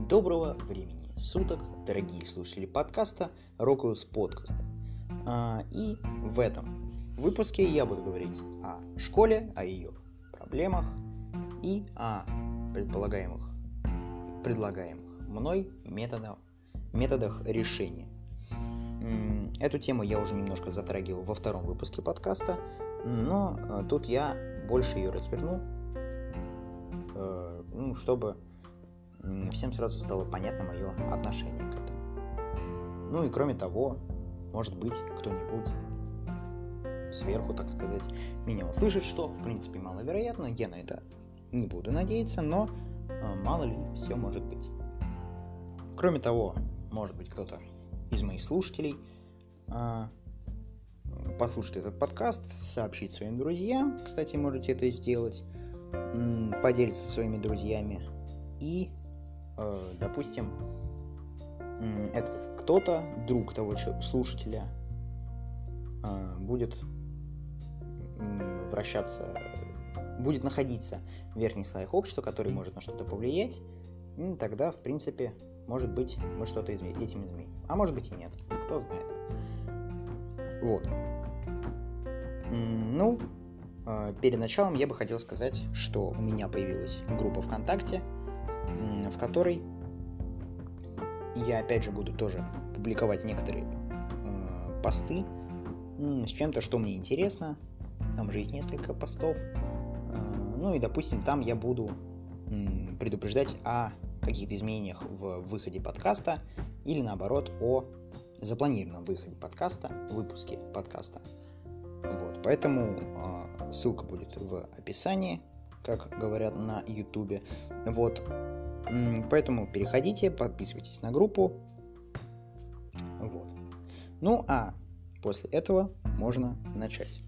Доброго времени суток, дорогие слушатели подкаста Rockus Podcast. И в этом выпуске я буду говорить о школе, о ее проблемах и о предлагаемых мной методах решения. Эту тему я уже немножко затрагивал во втором выпуске подкаста, но тут я больше ее разверну, чтобы всем сразу стало понятно мое отношение к этому. Ну и кроме того, может быть, кто-нибудь сверху, так сказать, меня услышит, что в принципе маловероятно, я на это не буду надеяться, но мало ли, все может быть. Кроме того, может быть, кто-то из моих слушателей послушает этот подкаст, сообщит своим друзьям, кстати, можете это сделать, поделиться со своими друзьями и допустим, этот кто-то, друг того слушателя, будет находиться в верхних слоях общества, который может на что-то повлиять, и тогда, в принципе, может быть, мы что-то этим изменим. А может быть и нет, кто знает. Вот. Перед началом я бы хотел сказать, что у меня появилась группа ВКонтакте, в которой я опять же буду тоже публиковать некоторые посты с чем-то, что мне интересно. Там же есть несколько постов. И, допустим, там я буду предупреждать о каких-то изменениях в выходе подкаста или, наоборот, о запланированном выходе подкаста, выпуске подкаста. Вот. Поэтому ссылка будет в описании, как говорят на YouTube. Вот. Поэтому переходите, подписывайтесь на группу. Вот. А после этого можно начать.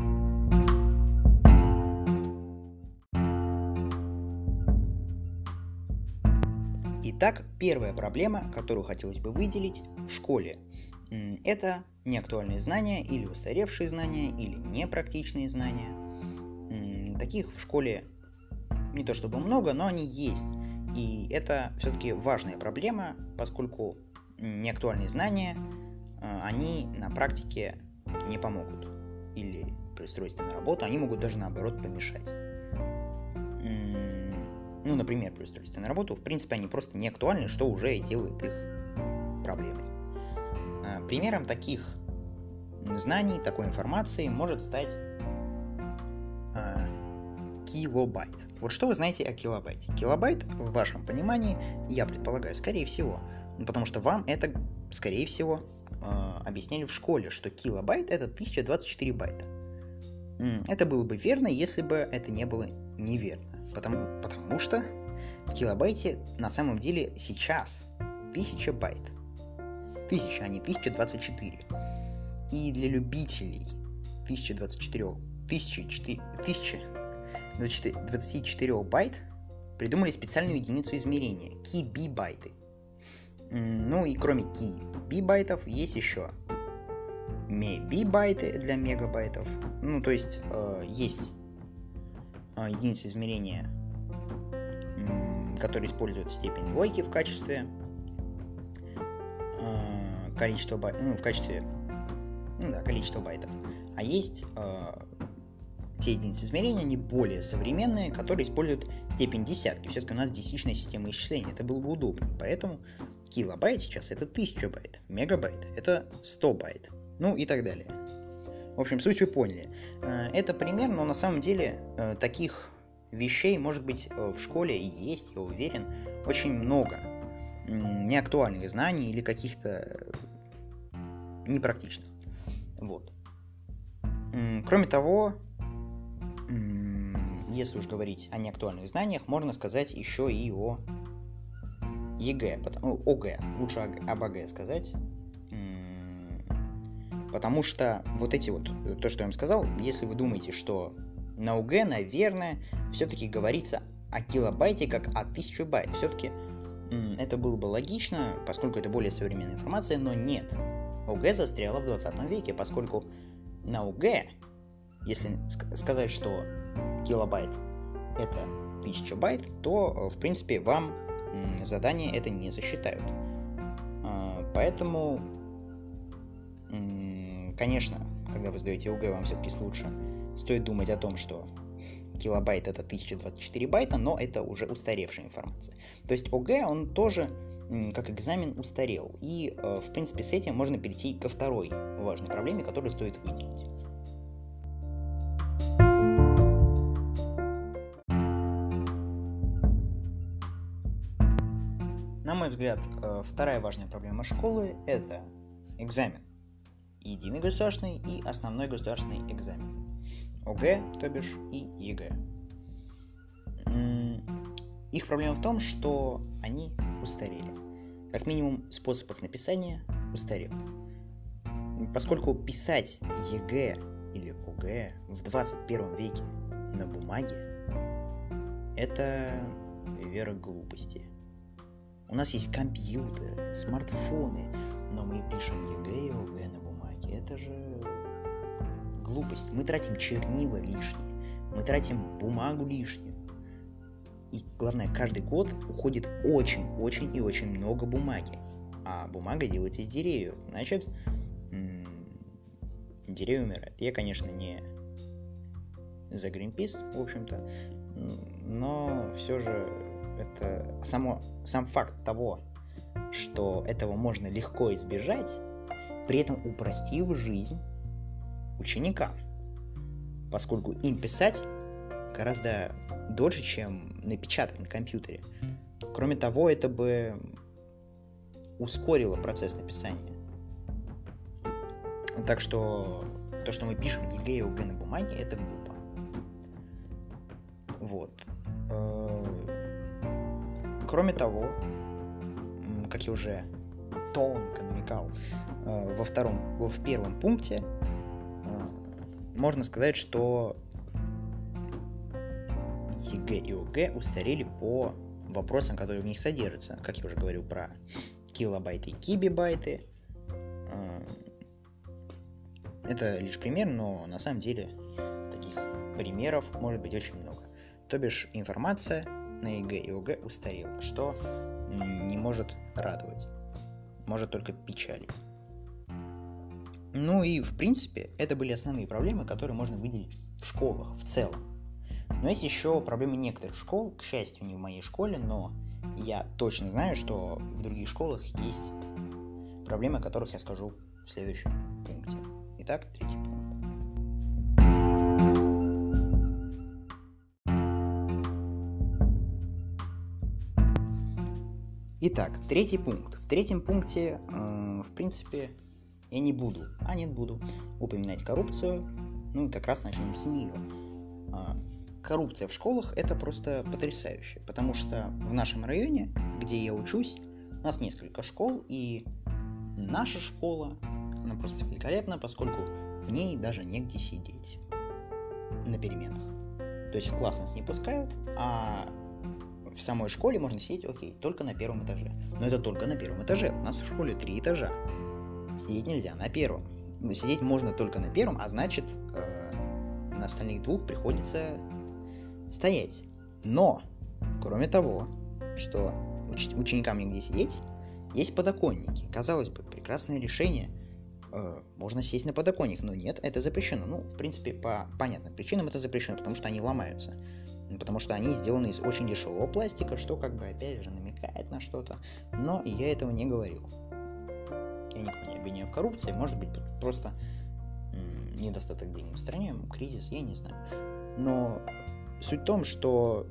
Итак, первая проблема, которую хотелось бы выделить в школе, это неактуальные знания или устаревшие знания, или непрактичные знания. Таких в школе не то чтобы много, но они есть. И это все-таки важная проблема, поскольку неактуальные знания, они на практике не помогут. Или при устройстве на работу, они могут даже наоборот помешать. Например, при устройстве на работу, в принципе, они просто не актуальны, что уже и делает их проблемой. Примером таких знаний, такой информации может стать килобайт. Вот что вы знаете о килобайте? Килобайт, в вашем понимании, я предполагаю, скорее всего, потому что вам это, скорее всего, объясняли в школе, что килобайт — это 1024 байта. Это было бы верно, если бы это не было неверно. Потому что в килобайте на самом деле сейчас 1000 байт. 1000, а не 1024. И для любителей 24 байт придумали специальную единицу измерения – кби-байты. И кроме кби-байтов есть еще меби-байты для мегабайтов. То есть есть единица измерения, которая использует степень двойки в качестве количества байтов. А есть те единицы измерения, они более современные, которые используют степень десятки. Все-таки у нас десятичная система исчисления, это было бы удобнее. Поэтому килобайт сейчас это 1000 байт, мегабайт это 100 байт, и так далее. В общем, суть вы поняли. Это пример, но на самом деле таких вещей, может быть, в школе есть, я уверен, очень много неактуальных знаний или каких-то непрактичных. Вот. Кроме того, если уж говорить о неактуальных знаниях, можно сказать еще и о ЕГЭ, ОГЭ, лучше об ОГЭ сказать, потому что то, что я вам сказал, если вы думаете, что на ОГЭ, наверное, все-таки говорится о килобайте как о 1000 байт, все-таки это было бы логично, поскольку это более современная информация, но нет. ОГЭ застряла в 20 веке, поскольку на ОГЭ, если сказать, что килобайт это 1000 байт, то, в принципе, вам задания это не засчитают. Поэтому, конечно, когда вы сдаете ОГЭ, вам все-таки лучше стоит думать о том, что килобайт это 1024 байта, но это уже устаревшая информация. То есть ОГЭ, он тоже, как экзамен, устарел. И, в принципе, с этим можно перейти ко второй важной проблеме, которую стоит выделить. На мой взгляд, вторая важная проблема школы – это экзамен. Единый государственный и основной государственный экзамен. ОГЭ, то бишь, и ЕГЭ. Их проблема в том, что они устарели. Как минимум, способ их написания устарел. Поскольку писать ЕГЭ или ОГЭ в 21 веке на бумаге – это верх глупости. У нас есть компьютеры, смартфоны, но мы пишем ЕГЭ и ОГЭ на бумаге. Это же глупость. Мы тратим чернила лишние, мы тратим бумагу лишнюю. И главное, каждый год уходит очень и очень много бумаги. А бумага делается из деревьев. Значит, деревья умирают. Я, конечно, не за Greenpeace, в общем-то, но все же это сам факт того, что этого можно легко избежать, при этом упростив жизнь ученикам, поскольку им писать гораздо дольше, чем напечатать на компьютере. Кроме того, это бы ускорило процесс написания. Так что то, что мы пишем ЕГЭ и ОГЭ на бумаге, это глупо. Вот. Кроме того, как я уже тонко намекал в первом пункте, можно сказать, что ЕГЭ и ОГЭ устарели по вопросам, которые в них содержатся. Как я уже говорил про килобайты и кибибайты. Это лишь пример, но на самом деле таких примеров может быть очень много. То бишь информация на ЕГЭ и ОГЭ устарела, что не может радовать, может только печалить. Ну и в принципе это были основные проблемы, которые можно выделить в школах в целом. Но есть еще проблемы некоторых школ, к счастью, не в моей школе, но я точно знаю, что в других школах есть проблемы, о которых я скажу в следующем пункте. Итак, третий пункт. Итак, третий пункт. В третьем пункте, в принципе, я не буду упоминать коррупцию, ну и как раз начнем с нее. Коррупция в школах – это просто потрясающе, потому что в нашем районе, где я учусь, у нас несколько школ, и наша школа, она просто великолепна, поскольку в ней даже негде сидеть на переменах. То есть в класс нас не пускают, а в самой школе можно сидеть, только на первом этаже. Но это только на первом этаже. У нас в школе 3 этажа. Сидеть нельзя на первом. Сидеть можно только на первом, а значит, на остальных 2 приходится стоять. Но, кроме того, что ученикам негде сидеть, есть подоконники. Казалось бы, прекрасное решение. Можно сесть на подоконник, но нет, это запрещено. Ну, в принципе, по понятным причинам это запрещено, потому что они ломаются. Потому что они сделаны из очень дешевого пластика, что опять же намекает на что-то. Но я этого не говорил. Я никого не обвиняю в коррупции, может быть просто недостаток денег в стране, кризис, я не знаю. Но суть в том, что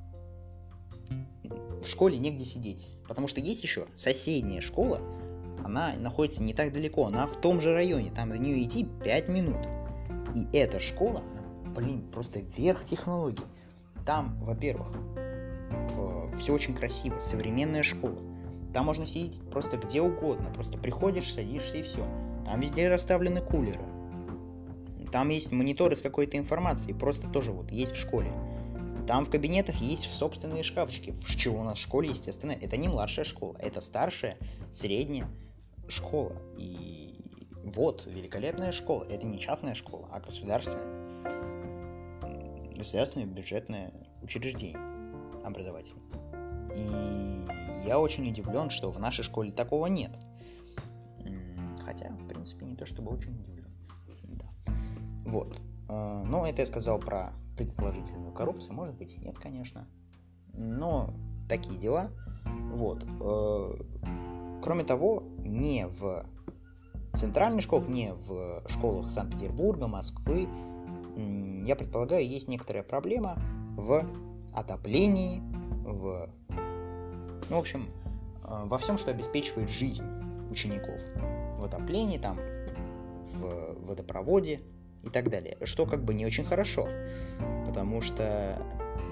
в школе негде сидеть, потому что есть еще соседняя школа, она находится не так далеко, она в том же районе, там до нее идти 5 минут. И эта школа, просто верх технологий. Там, во-первых, все очень красиво, современная школа. Там можно сидеть просто где угодно, просто приходишь, садишься и все. Там везде расставлены кулеры. Там есть мониторы с какой-то информацией, просто тоже есть в школе. Там в кабинетах есть собственные шкафчики, чего у нас в школе, естественно, это не младшая школа, это старшая, средняя школа. И вот, великолепная школа, это не частная школа, а государственная бюджетное учреждение образовательное. И я очень удивлен, что в нашей школе такого нет. Хотя, в принципе, не то чтобы очень удивлен. Да. Вот. Но это я сказал про предположительную коррупцию. Может быть и нет, конечно. Но такие дела. Вот. Кроме того, не в центральных школах, не в школах Санкт-Петербурга, Москвы, я предполагаю, есть некоторая проблема в отоплении, в общем, во всем, что обеспечивает жизнь учеников. В отоплении, там, в водопроводе и так далее. Что как бы не очень хорошо, потому что,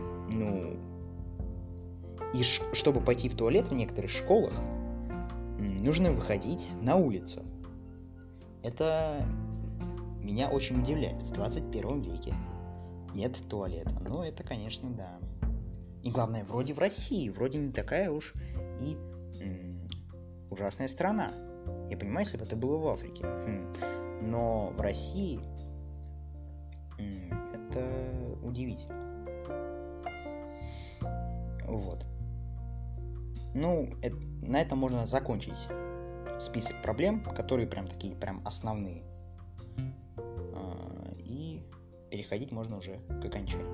и чтобы пойти в туалет в некоторых школах, нужно выходить на улицу. Это меня очень удивляет. В 21 веке нет туалета. Это, конечно, да. И главное, вроде в России, вроде не такая уж и ужасная страна. Я понимаю, если бы это было в Африке. Но в России это удивительно. Вот. На этом можно закончить список проблем, которые прям основные. И переходить можно уже к окончанию.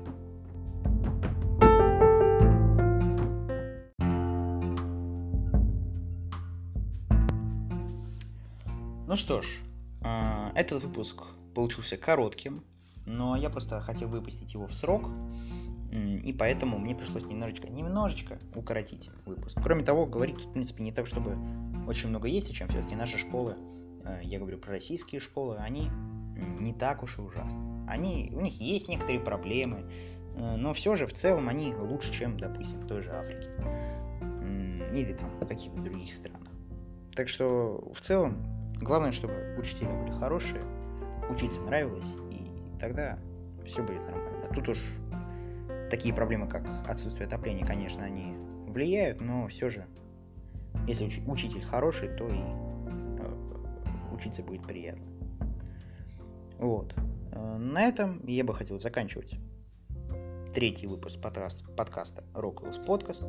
Ну что ж, этот выпуск получился коротким, но я просто хотел выпустить его в срок, и поэтому мне пришлось немножечко укоротить выпуск. Кроме того, говорить тут, в принципе, не так, чтобы очень много есть, о чем все-таки наши школы, я говорю про российские школы, они не так уж и ужасны. У них есть некоторые проблемы, но все же в целом они лучше, чем, допустим, в той же Африке или там в каких-то других странах. Так что в целом главное, чтобы учителя были хорошие, учиться нравилось, и тогда все будет нормально. Тут уж такие проблемы, как отсутствие отопления, конечно, они влияют, но все же, если учитель хороший, то и учиться будет приятно. Вот. На этом я бы хотел заканчивать 3-й выпуск подкаста Rockless Podcast.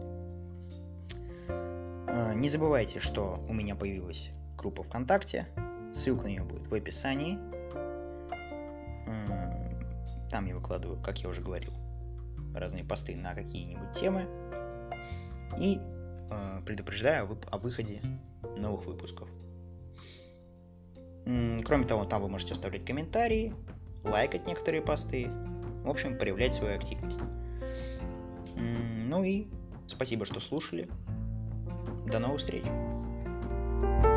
Не забывайте, что у меня появилась группа ВКонтакте. Ссылка на нее будет в описании. Там я выкладываю, как я уже говорил, разные посты на какие-нибудь темы. И предупреждаю о выходе новых выпусков. Кроме того, там вы можете оставлять комментарии, лайкать некоторые посты. В общем, проявлять свою активность. И спасибо, что слушали. До новых встреч!